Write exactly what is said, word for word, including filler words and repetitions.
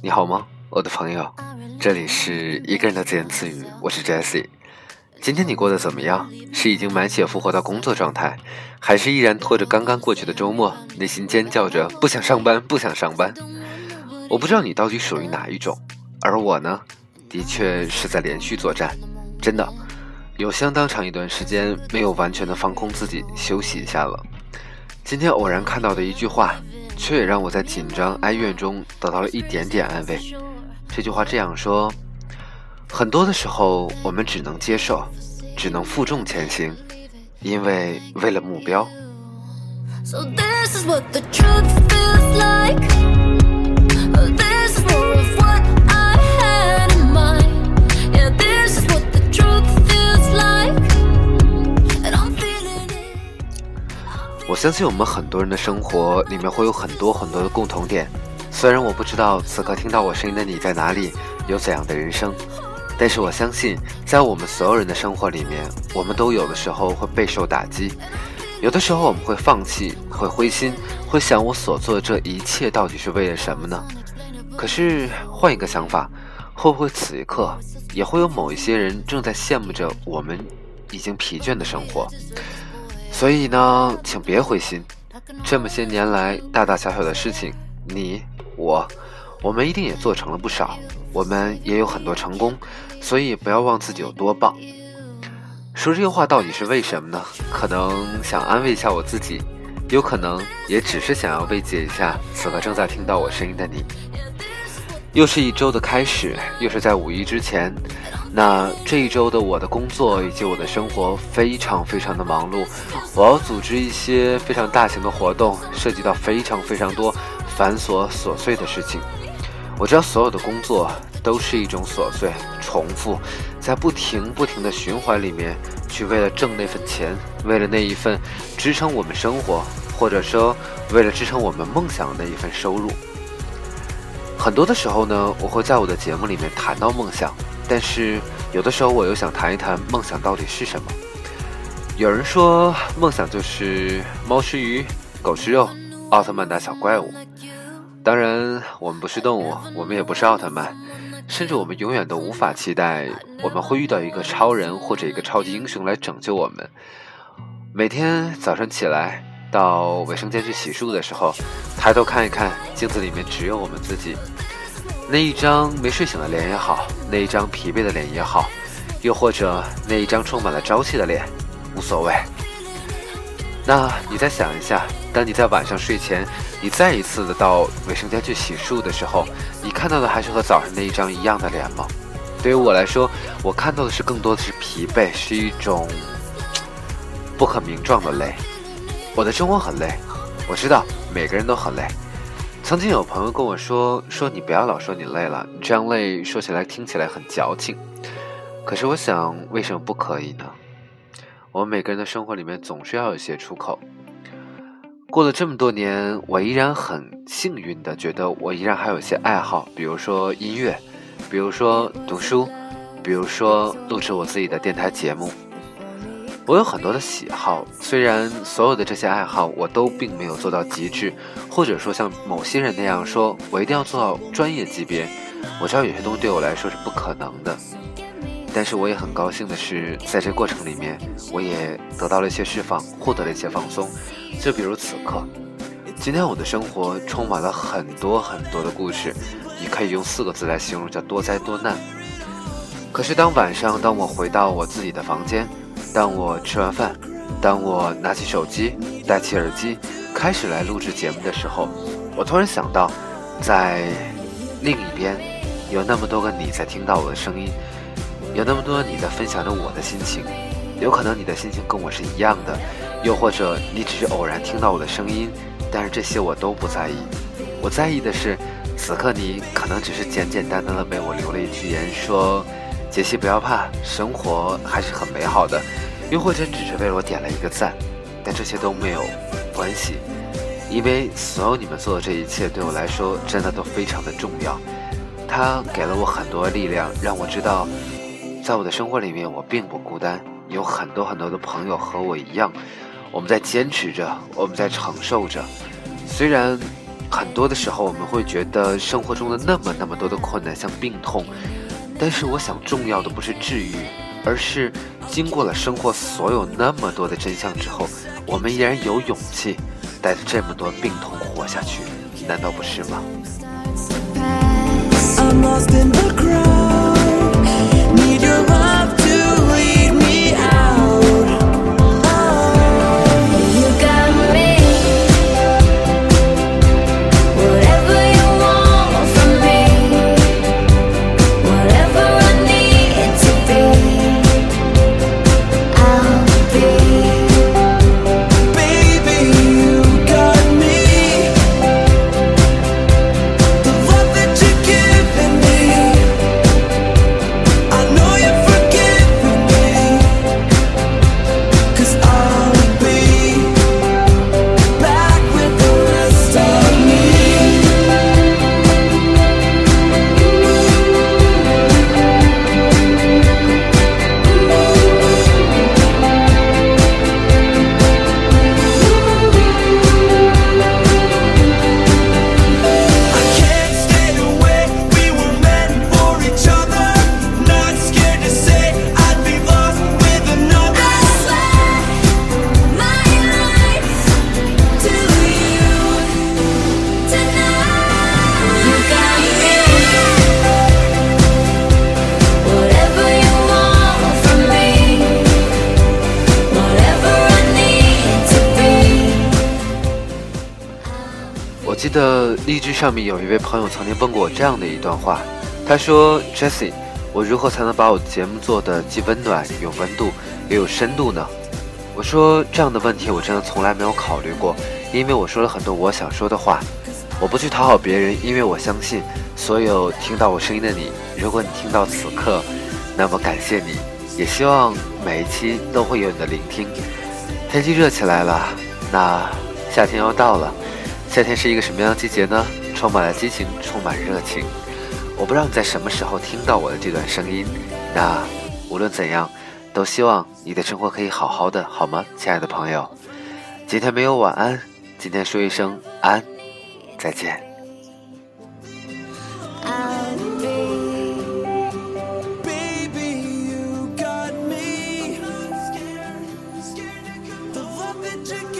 你好吗，我的朋友？这里是一个人的自言自语，我是 Jessie。今天你过得怎么样？是已经满血复活到工作状态，还是依然拖着刚刚过去的周末，内心尖叫着不想上班，不想上班？我不知道你到底属于哪一种，而我呢，的确是在连续作战，真的有相当长一段时间没有完全的放空自己，休息一下了。今天偶然看到的一句话，却也让我在紧张哀怨中得到了一点点安慰。这句话这样说：很多的时候我们只能接受，只能负重前行，因为为了目标。 So this is what the truth feels like. This is more of what I had in mind. Yeah, this is what the truth feels like. And I'm feeling it. 我相信我们很多人的生活里面会有很多很多的共同点，虽然我不知道此刻听到我声音的你在哪里，有怎样的人生，但是我相信在我们所有人的生活里面，我们都有的时候会备受打击，有的时候我们会放弃，会灰心，会想我所做的这一切到底是为了什么呢？可是换一个想法，会不会此一刻也会有某一些人正在羡慕着我们已经疲倦的生活？所以呢，请别灰心，这么些年来大大小小的事情，你我我们一定也做成了不少，我们也有很多成功，所以不要忘自己有多棒。说这些话到底是为什么呢？可能想安慰一下我自己，有可能也只是想要慰藉一下此刻正在听到我声音的你。又是一周的开始，又是在五一之前，那这一周的我的工作以及我的生活非常非常的忙碌，我要组织一些非常大型的活动，涉及到非常非常多繁琐琐碎的事情。我知道所有的工作都是一种琐碎重复，在不停不停的循环里面去为了挣那份钱，为了那一份支撑我们生活，或者说为了支撑我们梦想的那一份收入。很多的时候呢，我会在我的节目里面谈到梦想，但是有的时候我又想谈一谈梦想到底是什么。有人说梦想就是猫吃鱼，狗吃肉，奥特曼打小怪物。当然我们不是动物，我们也不是奥特曼，甚至我们永远都无法期待我们会遇到一个超人或者一个超级英雄来拯救我们。每天早上起来到卫生间去洗漱的时候，抬头看一看镜子里面只有我们自己，那一张没睡醒的脸也好，那一张疲惫的脸也好，又或者那一张充满了朝气的脸，无所谓。那你再想一下，当你在晚上睡前你再一次的到卫生间去洗漱的时候，你看到的还是和早上那一张一样的脸吗？对于我来说，我看到的是更多的是疲惫，是一种不可名状的累。我的生活很累，我知道每个人都很累。曾经有朋友跟我说说你不要老说你累了，你这样累说起来听起来很矫情。可是我想，为什么不可以呢？我们每个人的生活里面总是要有一些出口。过了这么多年，我依然很幸运的觉得我依然还有一些爱好，比如说音乐，比如说读书，比如说录制我自己的电台节目。我有很多的喜好，虽然所有的这些爱好我都并没有做到极致，或者说像某些人那样说我一定要做到专业级别，我知道有些东西对我来说是不可能的。但是我也很高兴的是，在这过程里面我也得到了一些释放，获得了一些放松。就比如此刻，今天我的生活充满了很多很多的故事，你可以用四个字来形容，叫多灾多难。可是当晚上，当我回到我自己的房间，当我吃完饭，当我拿起手机，戴起耳机，开始来录制节目的时候，我突然想到，在另一边有那么多个你在听到我的声音，有那么多你在分享着我的心情，有可能你的心情跟我是一样的，又或者你只是偶然听到我的声音，但是这些我都不在意。我在意的是，此刻你可能只是简简单单的为我留了一句言，说杰西不要怕，生活还是很美好的，又或者只是为了我点了一个赞，但这些都没有关系，因为所有你们做的这一切对我来说真的都非常的重要。它给了我很多力量，让我知道在我的生活里面我并不孤单，有很多很多的朋友和我一样，我们在坚持着，我们在承受着。虽然很多的时候我们会觉得生活中的那么那么多的困难像病痛，但是我想重要的不是治愈，而是经过了生活所有那么多的真相之后，我们依然有勇气带着这么多病痛活下去，难道不是吗？ I'm lost in the crowd, need your love to lead me out. You got me. Whatever you want from me, whatever I need to be, I'll be. Baby, you got me. The love that you're giving me, I know you're forgiving me. 'Cause I'll be back with the rest of me. I can't stay away, we were meant for each other. Not scared to say I'd be lost with another. I swear my life to you tonight. You got me. Whatever you want from me, whatever I need to be. 我记得荔枝上面有一位朋友曾经问过我这样的一段话，他说 Jessie， 我如何才能把我节目做得既温暖有温度也有深度呢？我说这样的问题我真的从来没有考虑过，因为我说了很多我想说的话，我不去讨好别人，因为我相信所有听到我声音的你，如果你听到此刻，那么感谢你，也希望每一期都会有你的聆听。天气热起来了，那夏天要到了，夏天是一个什么样的季节呢？充满了激情，充满热情。我不知道你在什么时候听到我的这段声音，那无论怎样，都希望你的生活可以好好的，好吗，亲爱的朋友？今天没有晚安，今天说一声安，再见。 I'll be. Baby, you got me. The love that you